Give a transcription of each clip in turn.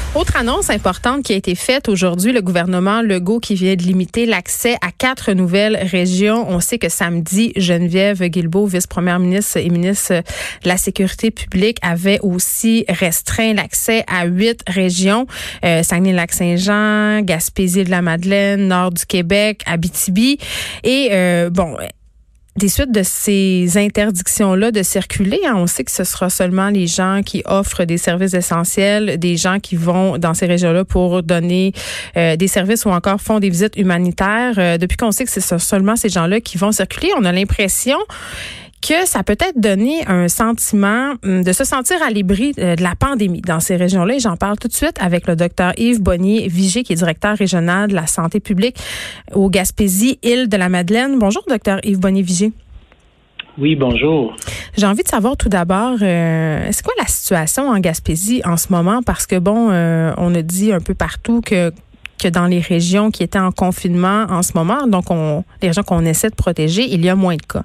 Autre annonce importante qui a été faite aujourd'hui, le gouvernement Legault qui vient de limiter l'accès à 4 nouvelles régions. On sait que samedi, Geneviève Guilbeault, vice-première ministre et ministre de la Sécurité publique, avait aussi restreint l'accès à 8 régions. Saguenay-Lac-Saint-Jean, Gaspésie-de-la-Madeleine, Nord du Québec, Abitibi. Et des suites de ces interdictions-là de circuler, on sait que ce sera seulement les gens qui offrent des services essentiels, des gens qui vont dans ces régions-là pour donner des services ou encore font des visites humanitaires. Depuis qu'on sait que c'est seulement ces gens-là qui vont circuler, on a l'impression que ça peut être donné un sentiment de se sentir à l'abri de la pandémie dans ces régions-là. Et j'en parle tout de suite avec le docteur Yves Bonnier-Vigé, qui est directeur régional de la santé publique au Gaspésie-Île-de-la-Madeleine. Bonjour, docteur Yves Bonnier-Vigé. Oui, bonjour. J'ai envie de savoir tout d'abord, c'est quoi la situation en Gaspésie en ce moment? Parce que on a dit un peu partout que dans les régions qui étaient en confinement en ce moment, donc les régions qu'on essaie de protéger, il y a moins de cas.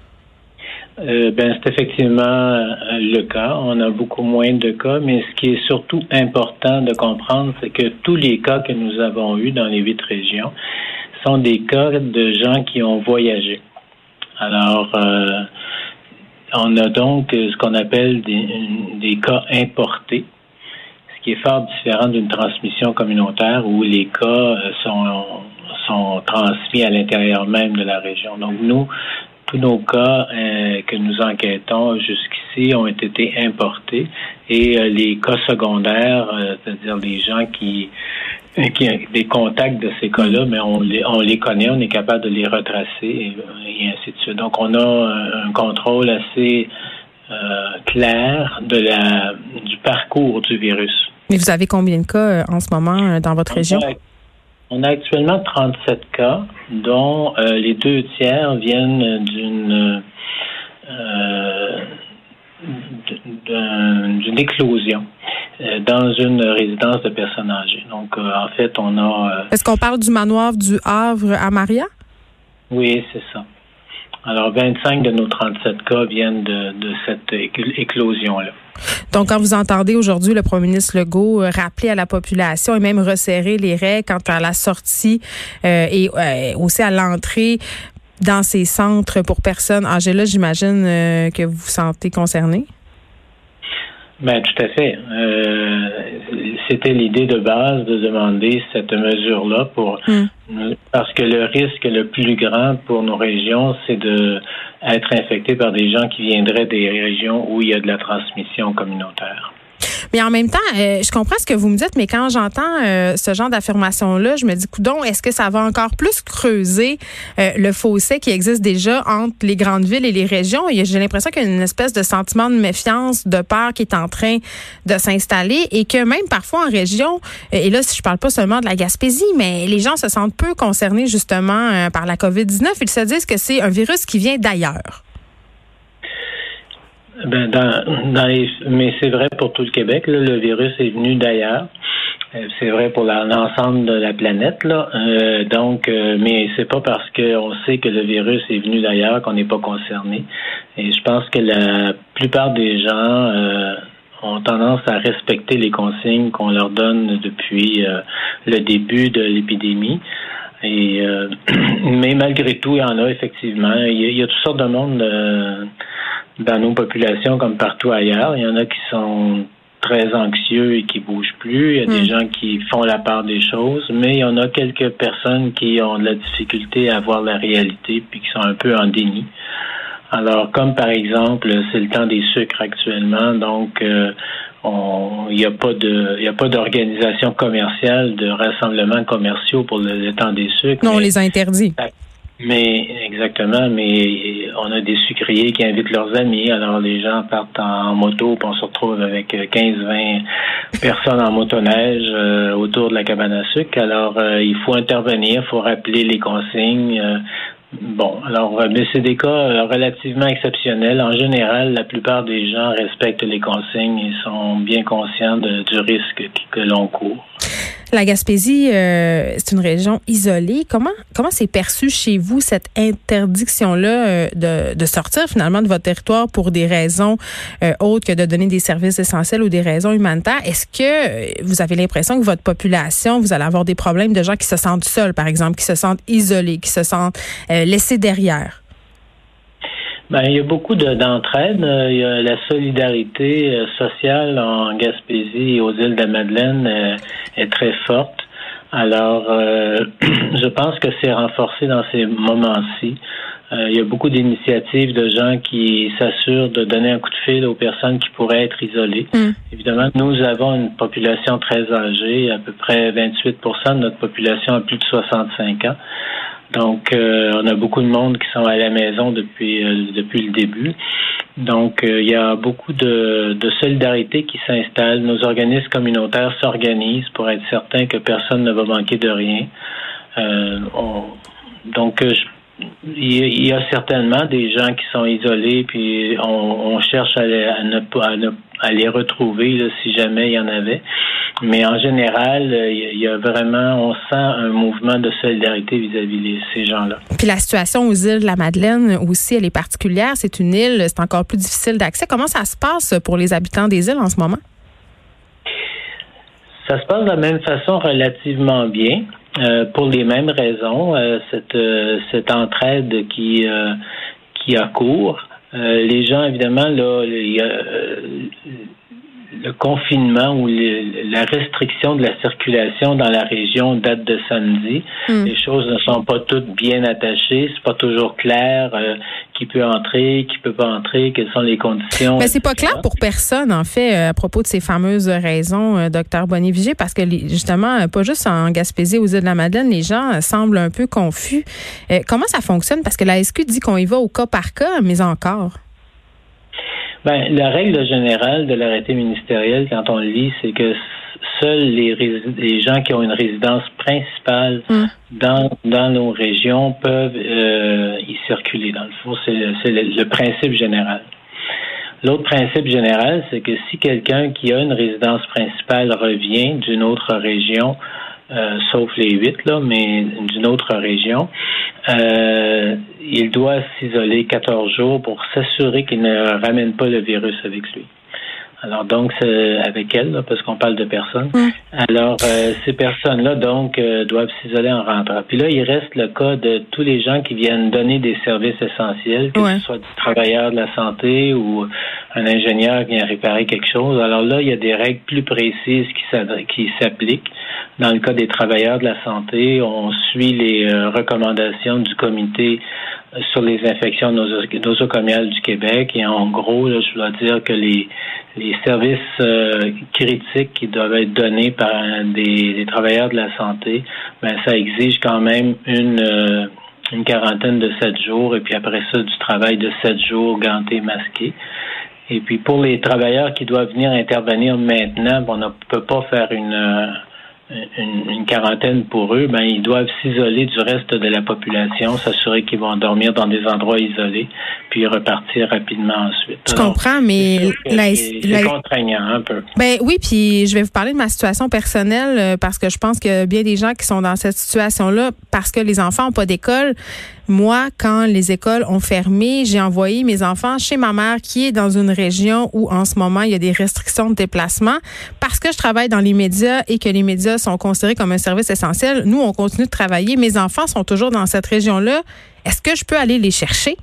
C'est effectivement le cas. On a beaucoup moins de cas, mais ce qui est surtout important de comprendre, c'est que tous les cas que nous avons eus dans les 8 régions sont des cas de gens qui ont voyagé. Alors, on a donc ce qu'on appelle des cas importés, ce qui est fort différent d'une transmission communautaire où les cas sont transmis à l'intérieur même de la région. Donc, tous nos cas que nous enquêtons jusqu'ici ont été importés et les cas secondaires, c'est-à-dire les gens qui ont des contacts de ces cas-là, mais on les connaît, on est capable de les retracer et ainsi de suite. Donc, on a un contrôle assez clair du parcours du virus. Mais vous avez combien de cas en ce moment dans votre région? On a actuellement 37 cas, dont les 2 tiers viennent d'une éclosion dans une résidence de personnes âgées. Donc, en fait, on a... Est-ce qu'on parle du manoir du Havre à Maria? Oui, c'est ça. Alors, 25 de nos 37 cas viennent de cette éclosion-là. Donc, quand vous entendez aujourd'hui le premier ministre Legault rappeler à la population et même resserrer les règles quant à la sortie et aussi à l'entrée dans ces centres pour personnes âgées, là, j'imagine que vous vous sentez concerné? Tout à fait. C'était l'idée de base de demander cette mesure-là parce que le risque le plus grand pour nos régions, c'est d'être infecté par des gens qui viendraient des régions où il y a de la transmission communautaire. Mais en même temps, je comprends ce que vous me dites, mais quand j'entends ce genre d'affirmation-là, je me dis, coudonc, est-ce que ça va encore plus creuser le fossé qui existe déjà entre les grandes villes et les régions? J'ai l'impression qu'il y a une espèce de sentiment de méfiance, de peur qui est en train de s'installer et que même parfois en région, et là, je parle pas seulement de la Gaspésie, mais les gens se sentent peu concernés justement par la COVID-19. Ils se disent que c'est un virus qui vient d'ailleurs. Mais c'est vrai pour tout le Québec. Là, le virus est venu d'ailleurs. C'est vrai pour l'ensemble de la planète. Là. Mais c'est pas parce qu'on sait que le virus est venu d'ailleurs qu'on n'est pas concerné. Et je pense que la plupart des gens ont tendance à respecter les consignes qu'on leur donne depuis le début de l'épidémie. Mais malgré tout, il y en a effectivement. Il y a toutes sortes de monde dans nos populations comme partout ailleurs. Il y en a qui sont très anxieux et qui bougent plus. Il y a des gens qui font la part des choses, mais il y en a quelques personnes qui ont de la difficulté à voir la réalité puis qui sont un peu en déni. Alors, comme par exemple, c'est le temps des sucres actuellement, donc il n'y a pas d'organisation commerciale, de rassemblements commerciaux pour le temps des sucres. Non, on les a interdits. Mais on a des sucriers qui invitent leurs amis. Alors les gens partent en moto, puis on se retrouve avec 15-20 personnes en motoneige autour de la cabane à sucre. Alors il faut intervenir, il faut rappeler les consignes. Mais c'est des cas relativement exceptionnels. En général, la plupart des gens respectent les consignes et sont bien conscients du risque que l'on court. La Gaspésie, c'est une région isolée. Comment c'est perçu chez vous cette interdiction-là de sortir finalement de votre territoire pour des raisons autres que de donner des services essentiels ou des raisons humanitaires? Est-ce que vous avez l'impression que votre population, vous allez avoir des problèmes de gens qui se sentent seuls, par exemple, qui se sentent isolés, qui se sentent laissés derrière? Ben, il y a beaucoup d'entraide. Il y a la solidarité sociale en Gaspésie et aux îles de la Madeleine est très forte. Alors, je pense que c'est renforcé dans ces moments-ci. Il y a beaucoup d'initiatives de gens qui s'assurent de donner un coup de fil aux personnes qui pourraient être isolées. Évidemment, nous avons une population très âgée. À peu près 28% de notre population a plus de 65 ans. Donc, on a beaucoup de monde qui sont à la maison depuis le début. Donc, il y a beaucoup de solidarité qui s'installe. Nos organismes communautaires s'organisent pour être certains que personne ne va manquer de rien. Il y a certainement des gens qui sont isolés, puis on cherche à les retrouver là, si jamais il y en avait. Mais en général, il y a vraiment, on sent un mouvement de solidarité vis-à-vis de ces gens-là. Puis la situation aux îles de la Madeleine aussi, elle est particulière. C'est une île, c'est encore plus difficile d'accès. Comment ça se passe pour les habitants des îles en ce moment? Ça se passe de la même façon relativement bien. Pour les mêmes raisons, cette entraide qui a cours. Les gens, évidemment, là, il y a le confinement ou la restriction de la circulation dans la région date de samedi. Les choses ne sont pas toutes bien attachées. C'est pas toujours clair qui peut entrer, qui peut pas entrer, quelles sont les conditions. Mais c'est pas clair pour personne, en fait, à propos de ces fameuses raisons, Dr Bonnet-Vigé, parce que justement, pas juste en Gaspésie, aux îles de la Madeleine, les gens semblent un peu confus. Comment ça fonctionne? Parce que la SQ dit qu'on y va au cas par cas, mais encore. Ben, la règle générale de l'arrêté ministériel, quand on le lit, c'est que seuls les gens qui ont une résidence principale dans nos régions peuvent y circuler. Dans le fond, c'est le principe général. L'autre principe général, c'est que si quelqu'un qui a une résidence principale revient d'une autre région, sauf les 8, là, mais d'une autre région, il doit s'isoler 14 jours pour s'assurer qu'il ne ramène pas le virus avec lui. Alors donc, c'est avec elle, là, parce qu'on parle de personnes. Alors, ces personnes-là, donc, doivent s'isoler en rentrant. Puis là, il reste le cas de tous les gens qui viennent donner des services essentiels, que ce soit du travailleur de la santé ou un ingénieur qui vient réparer quelque chose. Alors là, il y a des règles plus précises qui s'appliquent. Dans le cas des travailleurs de la santé, on suit les recommandations du comité sur les infections nosocomiales du Québec. Et en gros, là, je dois dire que les services critiques qui doivent être donnés par des travailleurs de la santé, ben ça exige quand même une quarantaine de 7 jours et puis après ça, du travail de 7 jours ganté, masqué. Et puis pour les travailleurs qui doivent venir intervenir maintenant, on ne peut pas faire une quarantaine pour eux, ben ils doivent s'isoler du reste de la population, s'assurer qu'ils vont dormir dans des endroits isolés, puis repartir rapidement ensuite. Je comprends, mais c'est contraignant un peu. Ben oui, puis je vais vous parler de ma situation personnelle parce que je pense qu'il y a bien des gens qui sont dans cette situation-là parce que les enfants n'ont pas d'école. Moi, quand les écoles ont fermé, j'ai envoyé mes enfants chez ma mère qui est dans une région où en ce moment il y a des restrictions de déplacement parce que je travaille dans les médias et que les médias sont considérés comme un service essentiel. Nous, on continue de travailler. Mes enfants sont toujours dans cette région-là. Est-ce que je peux aller les chercher?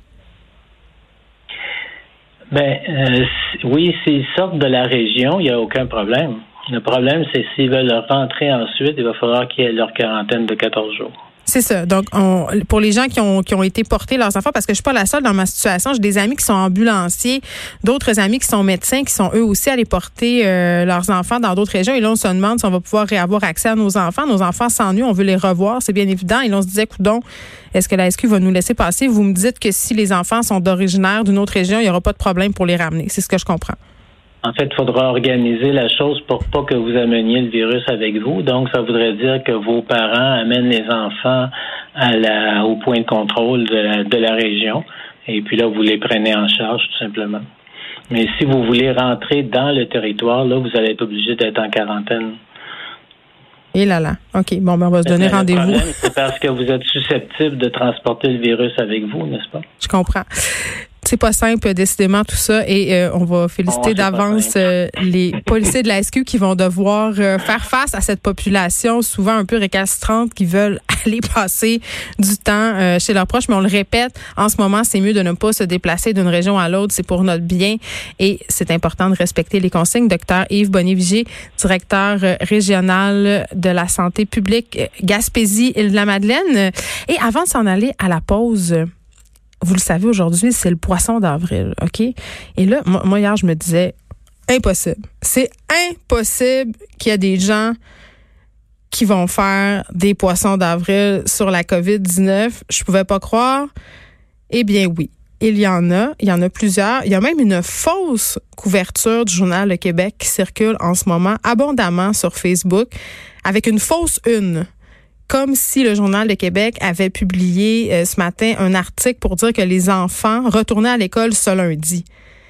Oui, s'ils sortent de la région, il n'y a aucun problème. Le problème, c'est s'ils veulent rentrer ensuite, il va falloir qu'ils aient leur quarantaine de 14 jours. C'est ça. Donc, pour les gens qui ont été portés leurs enfants, parce que je suis pas la seule dans ma situation, j'ai des amis qui sont ambulanciers, d'autres amis qui sont médecins, qui sont eux aussi allés porter leurs enfants dans d'autres régions. Et là, on se demande si on va pouvoir avoir accès à nos enfants. Nos enfants s'ennuient, on veut les revoir, c'est bien évident. Et là, on se disait, coudonc, est-ce que la SQ va nous laisser passer? Vous me dites que si les enfants sont d'originaire d'une autre région, il n'y aura pas de problème pour les ramener. C'est ce que je comprends. En fait, il faudra organiser la chose pour pas que vous ameniez le virus avec vous. Donc, ça voudrait dire que vos parents amènent les enfants au point de contrôle de la région. Et puis là, vous les prenez en charge, tout simplement. Mais si vous voulez rentrer dans le territoire, là, vous allez être obligé d'être en quarantaine. Et là. OK. Bon, ben, on va se donner rendez-vous. Le problème, c'est parce que vous êtes susceptible de transporter le virus avec vous, n'est-ce pas? Je comprends. C'est pas simple, décidément, tout ça. Et on va féliciter d'avance les policiers de la SQ qui vont devoir faire face à cette population souvent un peu récalcitrante qui veulent aller passer du temps chez leurs proches. Mais on le répète, en ce moment, c'est mieux de ne pas se déplacer d'une région à l'autre. C'est pour notre bien et c'est important de respecter les consignes. Docteur Yves Bonnet-Vigier, directeur régional de la santé publique Gaspésie-Île-de-la-Madeleine. Et avant de s'en aller à la pause, vous le savez, aujourd'hui, c'est le poisson d'avril, OK? Et là, moi, hier, je me disais, impossible. C'est impossible qu'il y ait des gens qui vont faire des poissons d'avril sur la COVID-19. Je pouvais pas croire. Eh bien, oui. Il y en a plusieurs. Il y a même une fausse couverture du Journal Le Québec qui circule en ce moment abondamment sur Facebook avec une fausse une. Comme si le Journal de Québec avait publié ce matin un article pour dire que les enfants retournaient à l'école ce lundi.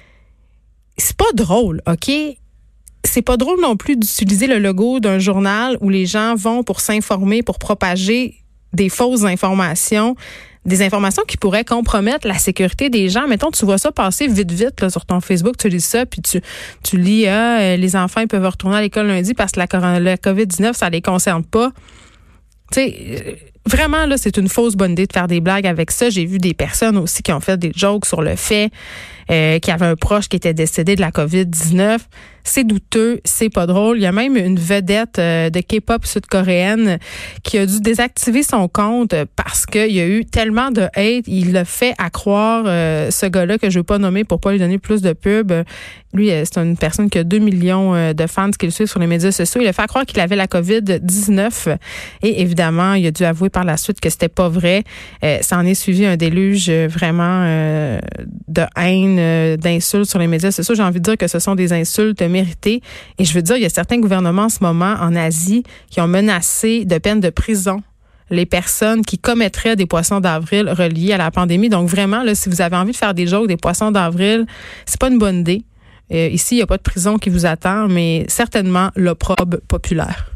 C'est pas drôle, OK? C'est pas drôle non plus d'utiliser le logo d'un journal où les gens vont pour s'informer, pour propager des fausses informations, des informations qui pourraient compromettre la sécurité des gens. Mettons, tu vois ça passer vite là, sur ton Facebook, tu lis ça, puis tu lis les enfants ils peuvent retourner à l'école lundi parce que la COVID-19, ça les concerne pas. Tu sais, vraiment, là, c'est une fausse bonne idée de faire des blagues avec ça. J'ai vu des personnes aussi qui ont fait des jokes sur le fait qu'il y avait un proche qui était décédé de la COVID-19. C'est douteux, c'est pas drôle. Il y a même une vedette de K-pop sud-coréenne qui a dû désactiver son compte parce qu'il y a eu tellement de hate. Il l'a fait à croire, ce gars-là, que je ne veux pas nommer pour pas lui donner plus de pub. Lui, c'est une personne qui a 2 millions de fans qui le suivent sur les médias sociaux. Il a fait croire qu'il avait la COVID-19 et évidemment, il a dû avouer par la suite que c'était pas vrai. Ça en est suivi un déluge vraiment de haine, d'insultes sur les médias sociaux. J'ai envie de dire que ce sont des insultes méritées. Et je veux dire, il y a certains gouvernements en ce moment en Asie qui ont menacé de peine de prison les personnes qui commettraient des poissons d'avril reliés à la pandémie. Donc vraiment, là, si vous avez envie de faire des jokes des poissons d'avril, c'est pas une bonne idée. Ici, il n'y a pas de prison qui vous attend, mais certainement l'opprobre populaire.